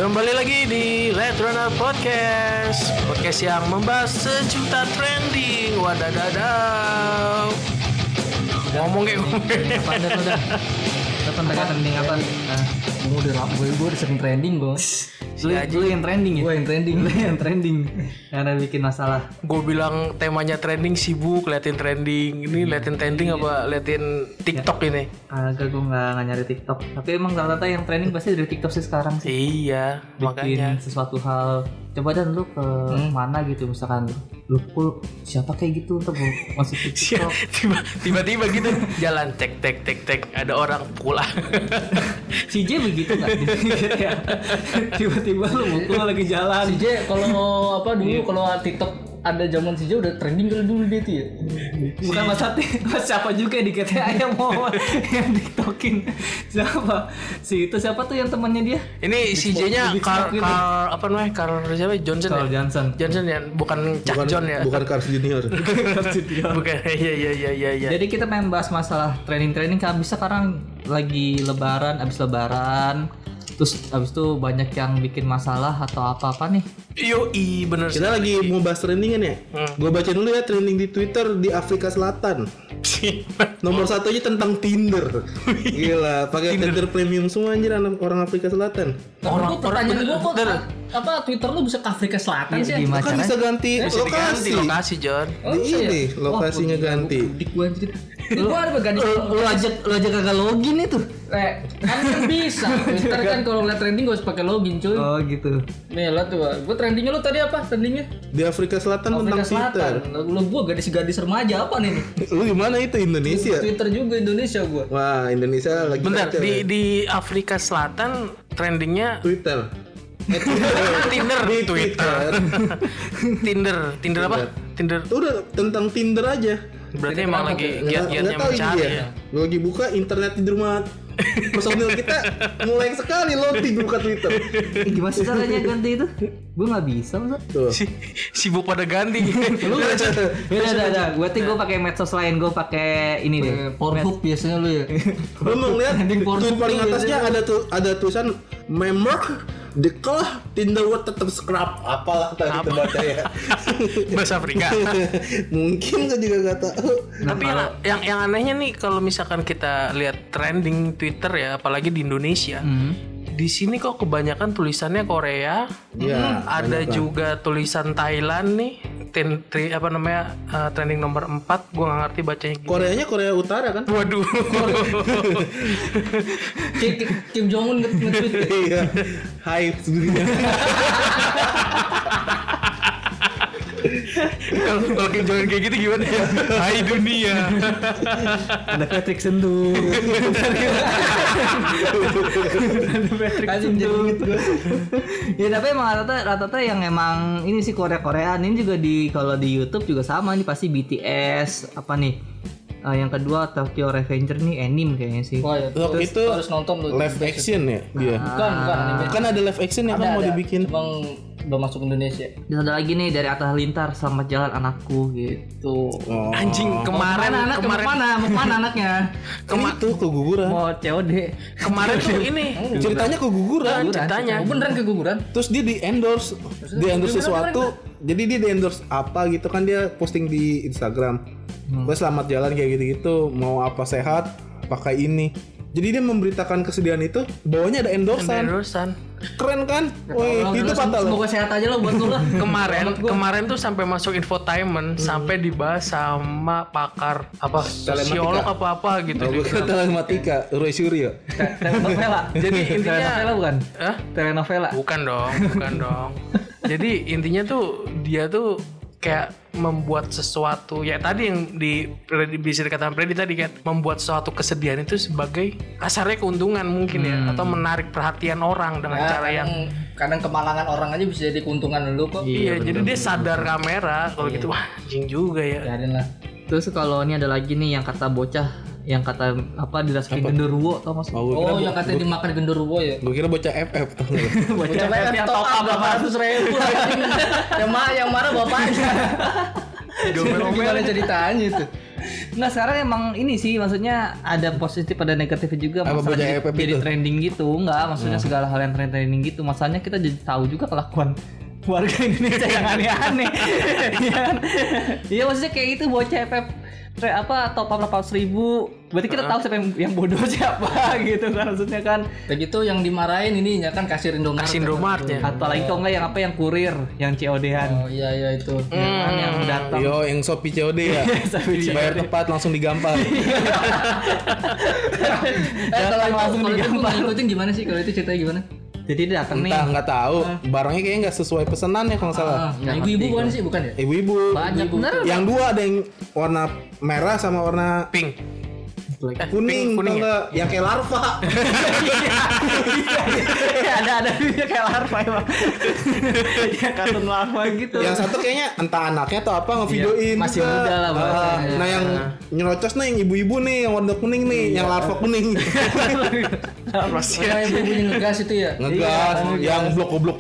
Kembali lagi di Red Runner Podcast yang membahas sejuta trending. Wadadadaw. Ngomong kayak udah trending apa? Gue udah sering trending bos. Lu yang trending ya? Gue yang trending karena bikin masalah. Gue bilang temanya trending, sibuk liatin trending. Ini liatin trending apa liatin TikTok ini? Agak gue nggak nyari TikTok. Tapi emang rata-rata yang trending pasti dari TikTok sih sekarang sih. Iya, bikin makanya sesuatu hal. Coba dan lu ke mana gitu, misalkan lu siapa kayak gitu untuk masuk TikTok. Tiba-tiba gitu jalan tek ada orang pulang. Si J begitu nggak? Tiba-tiba lu mukul lagi jalan. Si J kalau apa dulu kalau TikTok ada zaman si J udah trending kali dulu dia tuh ya. Bukan siapa juga di GTA yang mau yang TikTokin. Siapa tuh yang temannya dia? Ini si J-nya Carl siapa? Johnson ya, bukan Chuck John ya. Bukan Carl Junior. Bukan. Iya. Jadi kita main bahas masalah trending kan bisa sekarang lagi abis lebaran. Terus abis itu banyak yang bikin masalah atau apa nih? Yoi, bener. Kita lagi mau bahas trendingan ya. Gue baca dulu ya trending di Twitter di Afrika Selatan. Nomor 1 aja tentang Tinder. Gila, pakai Tinder premium semua anjir orang Afrika Selatan. Pertanyaan gue kok apa Twitter lu bisa ke Afrika Selatan sih? Kan bisa ganti lokasi, John. Ini lokasinya ganti. Dik gue anjir. Lu ajak kagak login itu. Kan bisa. Twitter kan kalau ngeliat trending gue harus pakai login cuy. Oh gitu. Nih lah tuh. Gue trendingnya lu tadi apa? Trendingnya? Di Afrika Selatan tentang Twitter. Lu gue gadis remaja apa nih? Lu gimana itu Indonesia? Twitter juga Indonesia gue. Wah Indonesia lagi. Bentar di Afrika Selatan trendingnya Twitter. Tinder apa? Tinder. Udah tentang Tinder aja. Berarti emang lagi giat-giatnya mencari ya. Lagi buka internet di rumah personil kita mulai sekali loading buka Twitter. Gimana sih caranya ganti itu? Gue nggak bisa masa. Sibuk pada ganti. Lu udah. Gue pakai medsos lain. Gue pakai ini deh. Pornhub biasanya lu ya. Lu mau lihat tweet paling atasnya ada tulisan member Dekalah Tinder World tetap scrap apalah tadi terbaca ya. Bahasa Afrika. Mungkin kan juga gak tahu. Tapi yang anehnya nih kalau misalkan kita lihat trending Twitter ya, apalagi di Indonesia. Di sini kok kebanyakan tulisannya Korea. Ya, ada juga tulisan Thailand nih. Trending nomor 4. Gue gak ngerti bacanya gimana. Koreanya Korea Utara kan? Waduh. Kim Jong Un nge-tweet. Iya. Hai sebenarnya. Kalau Kim Jong Un kayak gitu gimana ya? Hai dunia. Ada Patrick Sendu. Ya tapi emang rata-rata yang emang ini sih Koreaan ini juga kalau di YouTube juga sama nih pasti BTS apa nih. Yang kedua Tokyo Revenger nih anime kayaknya sih. Oh ya, itu harus nonton lu. Live action ya dia. Bukan anime. Kan ada live action yang kan mau dibikin. Bang udah masuk Indonesia. Dan ada lagi nih dari Atta Halilintar Selamat Jalan Anakku gitu. Oh. Anjing kemarin Mau mana anaknya? Itu keguguran. Mau COD. Kemarin tuh ini Ceritanya keguguran. ceritanya. Beneran keguguran? Terus dia di endorse sesuatu. Jadi dia di endorse apa gitu kan dia posting di Instagram. Gue selamat jalan kayak gitu-gitu. Mau apa sehat pakai ini. Jadi dia memberitakan kesedihan itu, bawahnya ada endorsan. Keren kan? Woi, itu fatal. Semoga sehat aja lo buat lu lah. Kemarin tuh sampai masuk infotainment, sampai dibahas sama pakar apa sosiolog apa gitu. Gue kata telematika, Roy Suryo. Telenovela. Jadi intinya telenovela bukan? Telenovela. Bukan dong. Jadi intinya tuh dia tuh kayak membuat sesuatu ya tadi yang bisa dikatakan Freddy tadi kan membuat sesuatu kesedihan itu sebagai kasarnya keuntungan mungkin ya atau menarik perhatian orang dengan cara yang kadang kemalangan orang aja bisa jadi keuntungan lu kok. Iya jadi dia sadar kamera kalau gitu wah anjing juga ya. Jadiin lah. Terus kalau ini ada lagi nih yang kata bocah yang kata apa dirasukin genderuwo tau mas? Oh yang katanya dimakan genderuwo ya? Gue kira bocah FF tau gak? Bocah FF yang top up 800.000 yang marah bapaknya. Gimana ceritanya itu? Nggak, sekarang emang ini sih, maksudnya ada positif ada negatifnya juga. Apa Masalah bocah FF jadi itu? trending gitu. Nggak, maksudnya segala hal yang trending gitu. Masalahnya kita jadi tahu juga kelakuan warga Indonesia yang aneh-aneh. Iya kan? Iya, maksudnya kayak itu bocah FF top up 800.000. Berarti kita tahu siapa yang bodoh siapa gitu kan, maksudnya kan. Kayak gitu yang dimarahin ininya kan kasir Indomaret. Kasih Indomaretnya. Atau lagi kok enggak yang kurir, yang COD-an. Oh iya itu. Yang datang. Yo, yang Shopee COD ya. Bayar tepat langsung digampar. Kalau langsung itu digampar. ngikutin gimana sih? Kalau itu ceritanya gimana? Jadi dia datang nih. Entah, nggak tahu. Barangnya kayaknya nggak sesuai pesanannya kalau nggak salah. Yang ibu-ibu bukan sih, bukan ya? Ibu-ibu. Banyak bener. Yang dua ada yang warna merah sama warna Pink. kuning, kuning tau nggak? Yang kayak larva. ada dia kayak larva emang. Ya kartun larva gitu. Yang satu kayaknya entah anaknya atau apa ngevideoin. Masih juga. muda lah bahasanya. Nah yang nyerocos nih yang ibu-ibu nih yang warna kuning nih, yang larva kuning. Yang ibu-ibunya ngegas itu ya? Ngegas, yang goblok.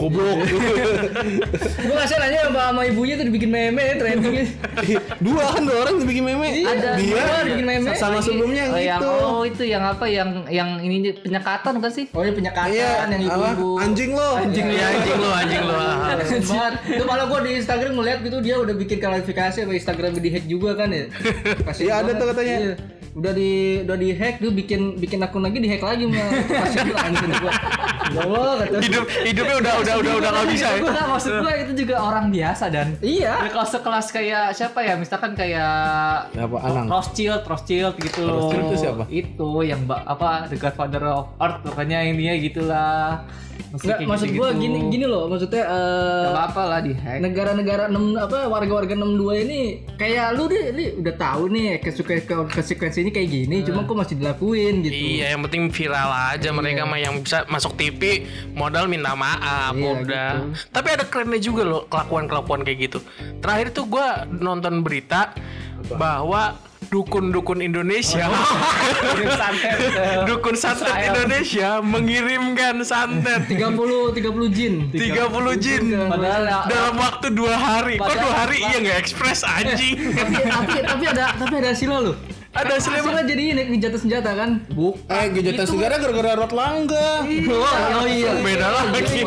Gue kasihan aja sama ibunya tuh dibikin meme trendingnya. Dua orang yang bikin meme. Ada Dia dua bikin meme. sama sebelumnya yang itu. Itu yang apa yang ini penyekatan kan sih? Oh ini penyekatan Iya, yang apa? ibu-ibu. Anjing lo. Iya anjing lu. Banget. Itu malah gue di Instagram ngeliat gitu dia udah bikin klarifikasi sama Instagram di hack juga kan ya. Kasian Iya, ada banget. tuh katanya. Iya. Udah di hack dia bikin akun lagi di hack lagi mah. Kasian banget gua. Ya Allah kata. Hidupnya udah nggak bisa ya. Enggak, maksud gue itu juga orang biasa dan Iya. kalau sekelas kayak siapa ya, misalkan kayak Apa Anang? Rothschild gitu loh. Rothschild itu siapa? Itu yang The Godfather of Earth, pokoknya ininya gitulah. Enggak, maksud gua gini loh, maksudnya apa lah di hack. negara-negara warga-warga 62 ini kayak lu deh, udah tahu nih konsekuensinya kayak gini, cuma kok masih dilakuin gitu. Iya, yang penting viral aja mereka mah yang bisa masuk TV modal minta maaf Iya, udah. Tapi ada kerennya juga loh kelakuan kayak gitu. Terakhir tuh gua nonton berita bahwa dukun-dukun Indonesia dukun santet Indonesia mengirimkan santet 30 jin. 30 jin Padahal dalam waktu 2 hari. Kok 2 hari iya nggak ekspres anjing. tapi ada hasilnya loh. Ada Hasilnya jadi ini senjata kan? Gencatan segala gara-gara Rot Langga. Oh iya. Beda lagi.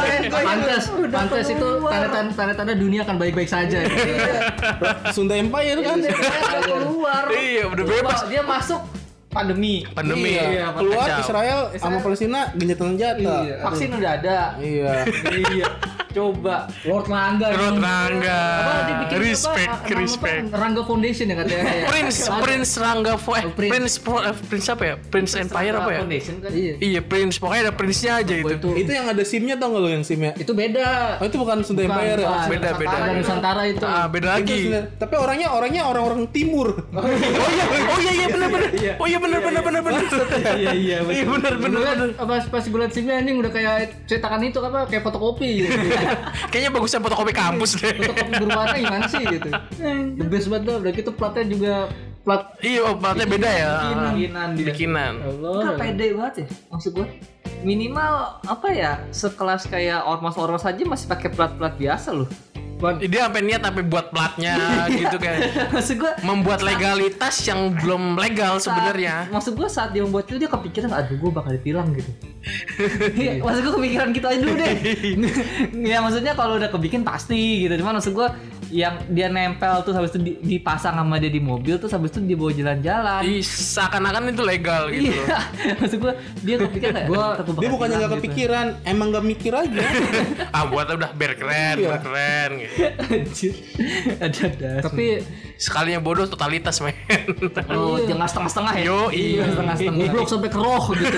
Pantes itu tanda-tanda dunia akan baik-baik saja. Sunda Empire kan. keluar. Iya, udah bebas. Dia masuk pandemi. Iya, Keluar kacau. Israel sama Palestina gencatan senjata. Vaksin udah ada. Iya. Iya. Coba. Lord Langga. Rod Rangga. Dibikin Respect. Rangga Foundation ya katanya. Prince Rangga Prince apa ya? Prince Empire apa ya? Foundation kan. Iya. Iya, Prince. Pokoknya ada Prince-nya aja itu. Itu yang ada SIM-nya tau gak lo yang SIM-nya? Itu beda. Oh itu bukan Sunda Empire ya? Beda. Ada Nusantara itu. Beda Itu lagi. Sunda- tapi orangnya orang-orang timur. Oh iya benar. Oh iya benar. Iya. Iya benar. Pas gue liat SIM-nya anjing udah kayak cetakan itu apa kayak fotokopi gitu. Kayaknya bagusnya fotokopi kampus deh. Fotokopi berwarna gimana sih gitu. The best banget dah. Udah gitu platnya juga plat Iya, platnya beda ya. Bikinan. Enggak pede banget ya maksud gue. Minimal apa ya, sekelas kayak ormas-ormas aja masih pakai plat-plat biasa loh. Dia sampai niat sampai buat platnya gitu kayak Maksud gue membuat legalitas yang belum legal sebenarnya. Maksud gue saat dia membuat itu dia kepikiran aduh gue bakal ditilang gitu. Iya, maksud gue kepikiran gitu aja dulu deh. Ya maksudnya kalau udah kebikin pasti gitu. Cuman maksud gue yang dia nempel tuh habis itu dipasang sama dia di mobil tuh habis itu dibawa jalan-jalan. Seakan-akan itu legal gitu. Iya. Maksud gue dia kepikiran kayak Dia bukannya gak kepikiran, emang gak mikir aja. Buat udah biar keren gitu. Anjir. Ada. tapi Sekalinya bodoh totalitas men. Oh, jangan setengah-setengah ya. Yo, iya. Setengah-setengah. goblok sampai ke roh gitu.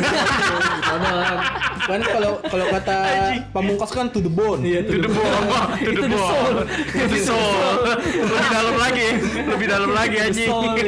Kan kalau kata Pamungkas kan to the bone. To the bone. To the soul. Lebih dalam lagi aja.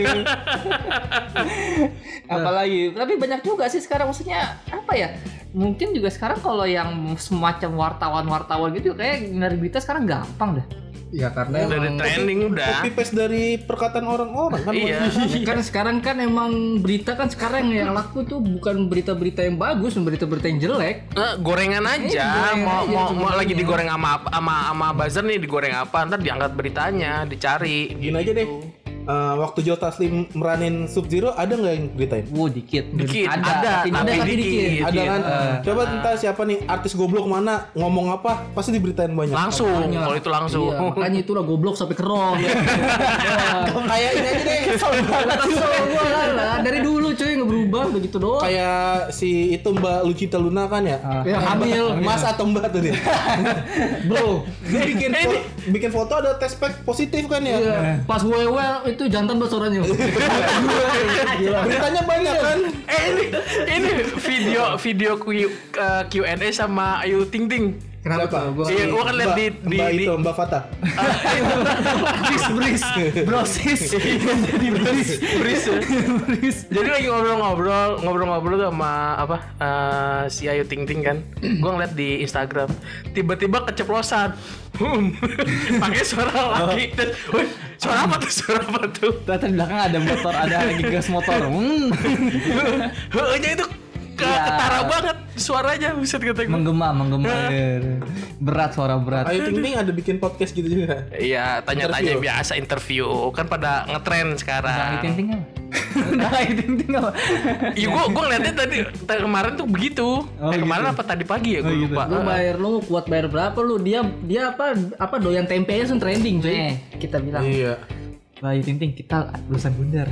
Apalagi tapi banyak juga sih sekarang, maksudnya apa ya, mungkin juga sekarang kalau yang semacam wartawan gitu kayak nyari berita sekarang gampang dah. Ya karena Udah ada trending udah. Copy paste dari perkataan orang-orang kan. Iya. kan sekarang kan emang berita kan sekarang yang laku tuh bukan berita-berita yang bagus, berita-berita yang jelek. Gorengan aja. Gorengan aja Mau lagi sebenarnya. digoreng sama buzzer nih, digoreng apa, ntar diangkat beritanya, dicari. Gini aja deh. waktu Joe Taslim meranin Sub-Zero ada nggak yang beritain? Dikit. Dikit. Ada, tapi dikit. Ada kan? Coba entah siapa nih artis goblok mana ngomong apa pasti diberitain banyak. Langsung, kalau itu langsung. Iya, makanya itulah goblok sampai kerong. Kayak ini aja deh. Kesel gua lah. Dari dulu cuy nggak berubah begitu doang. Kayak si itu Mbak Lucita Luna kan ya? Ya hamil. Mas atau Mbak tuh dia. Bro. Dia bikin foto ada test pack positif kan ya? Iya. Pas wewe itu jantan banget suaranya. Beritanya banyak kan? Ini video Q&A sama Ayu Ting Ting. Kenapa? Iya, gua kan lihat di itu Mbak Fatah. Bris. Brosis. Jadi Bris. Jadi lagi ngobrol tuh sama si Ayu Ting Ting kan. Gua ngeliat di Instagram. Tiba-tiba keceplosan. Pakai suara lagi. Suara apa tuh? Ternyata di belakang ada motor, ada lagi gas motor. Heehnya itu ketara banget suaranya, bisa kata gue. Menggema. Berat, suara berat. Ayu Ting Ting ada bikin podcast gitu juga. Iya, tanya-tanya Interview. biasa interview. Kan pada ngetren sekarang. Ayu Ting Ting apa? Ayu Ting Ting apa? Iya, gue ngeliatnya tadi kemarin tuh begitu. Kemarin apa tadi pagi ya, gue lupa. Lu bayar lu kuat bayar berapa lu? Dia apa doyan tempe aja trending cuy. Kita bilang Iya. Ayu Ting Ting, kita lulusan bundar.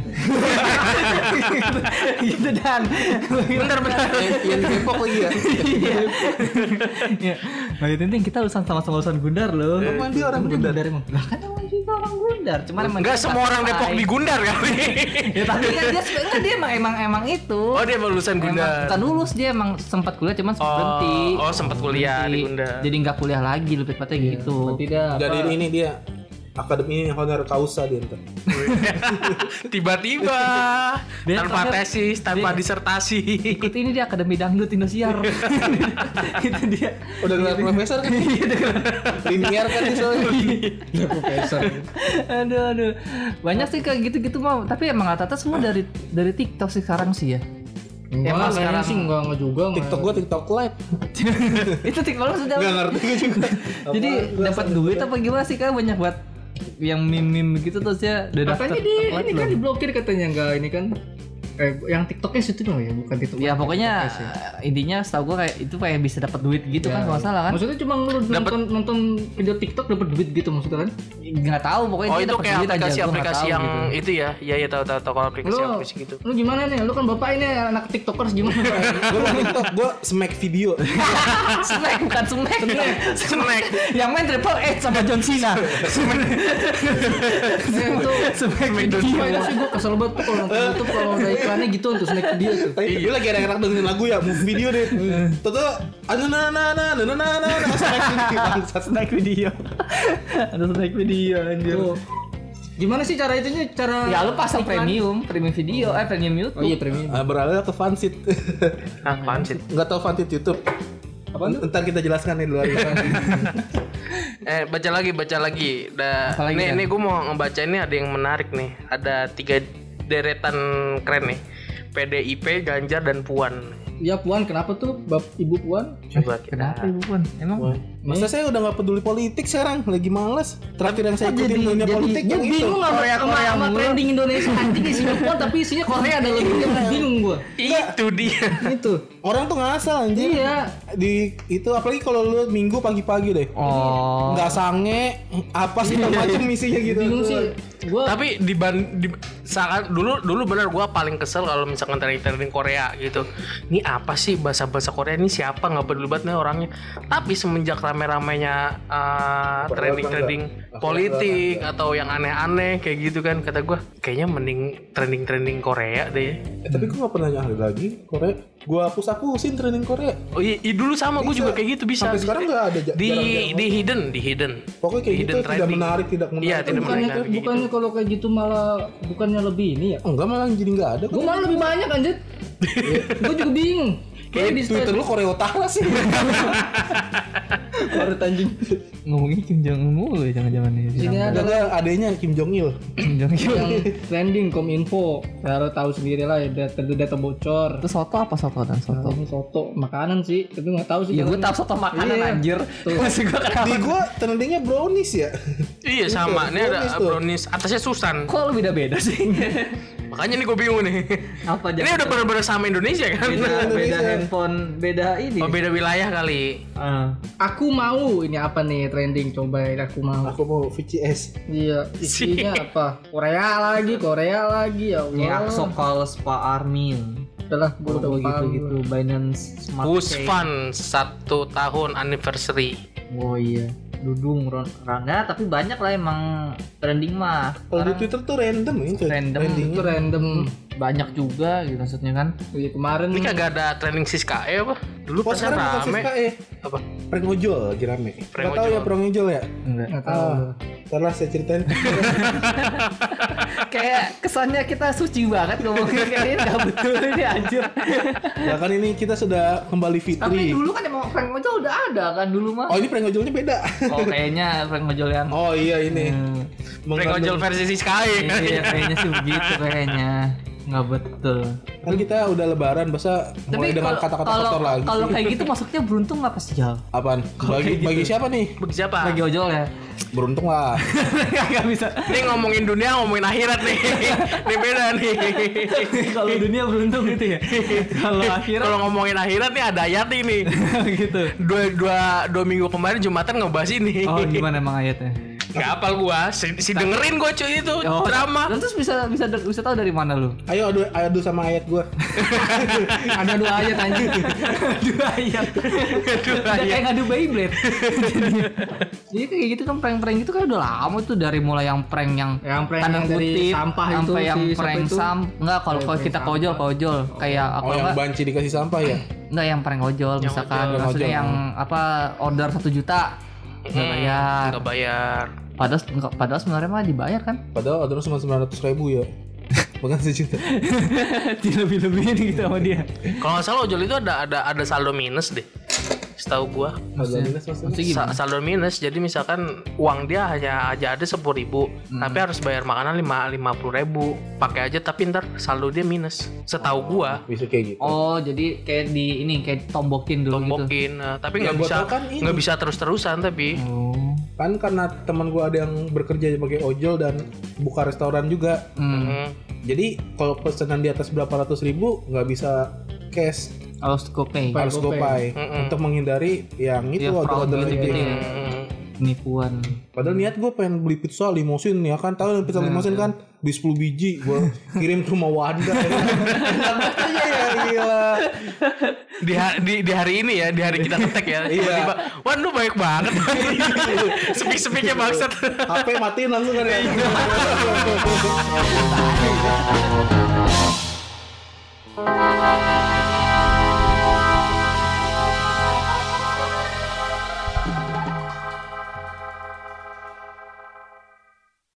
Gitu dan. Bentar. Yang Depok lagi ya. Iya. Ayu Ting Ting, kita sama-sama lulusan bundar loh. Emang dia orang Bundar? emang. Lah kan emang juga orang bundar. Cuman emang Enggak kita semua orang santai. Depok di Gundar kali. Ya tapi kan dia sebenarnya dia emang itu. Oh, dia lulusan Emang Gundar. bukan lulus, dia emang sempat kuliah cuman sempat berhenti. Oh, sempat kuliah di Gundar. Jadi nggak kuliah lagi lebih tepatnya gitu. Tidak. Jadi ini dia akademi honor causa dia ntar. Tiba-tiba Dia tanpa terakhir- tesis, tanpa disertasi. Ikut ini dia Akademi Dangdut Indosiar. Itu dia. Udah gelar profesor kan? Linier kan dia soalnya. Profesor. Aduh. Banyak sih kayak gitu-gitu mah. Tapi emang rata-rata semua dari TikTok sih sekarang sih ya. Emang sekarang- sekarang sih enggak juga. TikTok gua TikTok live. Itu TikTok lu sudah. Gak ngerti gua juga. Jadi dapat duit apa gimana sih kan banyak buat yang meme gitu terus ya udah daftar Katanya TikTok Live ini kan belum? diblokir katanya enggak ini kan. Yang TikToknya situ dong ya, bukan TikTok. Ya pokoknya TikTok sih. intinya setahu gua kayak itu kayak bisa dapat duit gitu kan kalau nggak salah kan? Maksudnya cuma lu nonton video TikTok dapat duit gitu maksudnya kan? Nggak tahu pokoknya Oh, dia itu dapat kayak duit aja, gua nggak aplikasi-aplikasi tahu yang gitu. itu ya. Iya, tahu kalau aplikasi gitu. Lu gimana nih? Lu kan bapak ini anak TikTokers gimana? Gua main TikTok, gua smack video. Snack bukan snack. Snack. Yang main Triple H sama John Cena. Cuma itu sih gue kesel banget tuh kalau nonton YouTube kalau udah iklannya gitu tuh snack video tuh. Dia lagi enak-enak dengerin lagu ya, move video deh. Toto, Snack video. Ada snack video anjir. Tuh. Gimana sih cara itunya? Cara Ya lu pasang iklan? premium video, premium Oh YouTube. iya premium. Beralih ke fansit. Apaan sih? Enggak tahu fansit YouTube. Apa? Ntar kita jelaskan nih di luar. Baca lagi. Apa lagi, Nih Dan? gue mau ngebaca ini ada yang menarik nih. Ada 3 deretan keren nih. PDIP, Ganjar dan Puan. Ya Puan kenapa tuh? Ibu Puan? Coba kita. Kenapa Ibu Puan? Emang Masa saya udah nggak peduli politik sekarang, lagi males. Terakhir yang saya ikutin dunia politik Gue yang itu. bingung sama trending Indonesia anjing isinya Puan tapi isinya Korea ada lagi bingung gue. Itu dia. Itu. Orang tuh ngasal anjing. Iya. Di itu apalagi kalau lu minggu pagi-pagi deh. oh. Nggak sange, apa sih macam misinya gitu. Bingung sih. Gue Tapi saat dulu benar gue paling kesel kalau misalkan trending Korea gitu. Ini apa sih bahasa Korea ini siapa, nggak peduli banget nih orangnya. Tapi semenjak rame-ramenya trending politik atau yang aneh-aneh kayak gitu kan, kata gue kayaknya mending trending Korea deh. Tapi gue nggak pernah nyari lagi Korea. Gue hapus-hapusin trending Korea. Oh iya, dulu sama gue juga kayak gitu bisa. Sampai sekarang nggak ada. di hidden. Pokoknya kayak Di gitu hidden tidak trending. menarik, tidak menarik. Iya, tidak menarik. bukannya kalau kayak gitu malah bukannya lebih ini ya? Enggak, malah jadi nggak ada. Gue malah lebih banyak anjir. Gue juga bingung. Kayak Twitter lu Korea Utara sih. Baru anjing. Ngomongin Kim Jong Un mulu ya jangan-jangan ini. Ini Ada adanya Kim Jong Il. Kim Jong Il. yang trending Kominfo. Ya lo tahu sendiri lah ya data bocor. Itu soto apa soto dan soto? Ini soto makanan sih, tapi nggak tahu sih. Ya gue tahu soto makanan Iya. anjir. Masih gue kenapa? Di gua trendingnya brownies ya. Iya sama, ini ada brownies tuh. brownies atasnya Susan. Kok lu beda-beda sih? Makanya nih gue bingung nih. Apa Ini udah bener-bener sama Indonesia kan? beda handphone, beda ini. Oh beda wilayah kali. Aku mau ini apa nih trending, coba aku mau. Aku mau VCS. Iya, isinya apa? Korea lagi ya Kayak Allah. Akso Calls Pak Armin. Udah gue udah paham. gitu Binance Smart Push Chain. Fund 1 tahun anniversary. Oh iya. Dudung Rangga tapi banyak lah emang trending mah. Kalau di Twitter tuh random ini. Random. Trendingnya. Itu random. Banyak juga gitu maksudnya kan. Iya, kemarin Ini kagak ada trending Siskae apa? Dulu Oh pas sekarang bukan rame. CSKE. Apa? Prank ojol lagi rame. Prank Nggak tahu ojol. ya prank ojol ya? Enggak. nggak tahu. Ntar lah saya ceritain. Kayak kesannya kita suci banget ngomongin kayak ini enggak betul ini anjir. Ya kan ini kita sudah kembali Tapi fitri. dulu kan emang prank ojol udah ada kan dulu mah. Oh ini prank ojolnya beda. Oh kayaknya prank ojol yang Oh iya ini. Prank ojol versi Siskae. iya kayaknya sih begitu kayaknya. Nggak betul. Kan kita udah lebaran masa mulai dengan kata-kata kotor lagi kalau sih. kayak gitu masuknya beruntung nggak pas jal? Apaan? Bagi siapa nih? Bagi siapa? Bagi ojol ya. Beruntung lah. Nggak bisa. Ini ngomongin dunia, ngomongin akhirat nih. Ini beda nih. Kalau dunia beruntung gitu ya. Kalau akhirat Kalau ngomongin akhirat nih ada ayat ini. gitu. Dua minggu kemarin Jumatan ngebahas ini. Oh gimana emang ayatnya? Gak hafal gua, si dengerin gua cuy itu drama. Dan terus bisa tahu dari mana lu? Ayo adu sama ayat gua. Ada 2 ayat anjing. Dua ayat. Udah kayak ngadu Beyblade. Jadi kayak gitu kan prank-prank gitu kan udah lama tuh dari mulai yang prank yang prank tanda yang dari kutip, sampah itu, sampai yang si siapa prank itu? enggak kalau kita ke ojol kayak apa Oh yang enggak banci dikasih sampah ya? enggak yang prank ojol misalkan ojol. maksudnya Ojol. yang apa order 1 juta nggak bayar. Nggak bayar. Padahal sebenarnya mah dibayar kan? Padahal order cuma 900.000 ya. Bukan 1 juta. Dilebih-lebihin gitu sama dia. Kalau nggak salah ojol itu ada saldo minus deh. Setahu gua. Maksudnya Saldo minus, jadi misalkan uang dia hanya aja ada 10.000, tapi harus bayar makanan 50.000, pakai aja tapi ntar saldo dia minus. Setahu gua, Bisa kayak gitu. Oh, jadi kayak di ini kayak tombokin dulu gitu. tombokin, tapi Yang nggak gua bisa tahu kan ini. nggak bisa terus-terusan tapi. Oh. Kan karena teman gua ada yang bekerja sebagai ojol dan buka restoran juga. Jadi kalau pesanan di atas berapa ratus ribu nggak bisa cash, Harus GoPay. harus GoPay untuk menghindari yang itu Ya, fraud order-order gitu-gitu kayak ya. Penipuan. Padahal niat gue pengen beli pizza limosin ya kan, tahu pizza limosin kan beli 10 biji gue kirim ke rumah Wanda. Enak aja ya gila. Di hari ini ya, di hari kita ngetek ya, tiba-tiba, wah lu baik banget. Sepik-sepiknya bangsat. HP matiin langsung kan ya.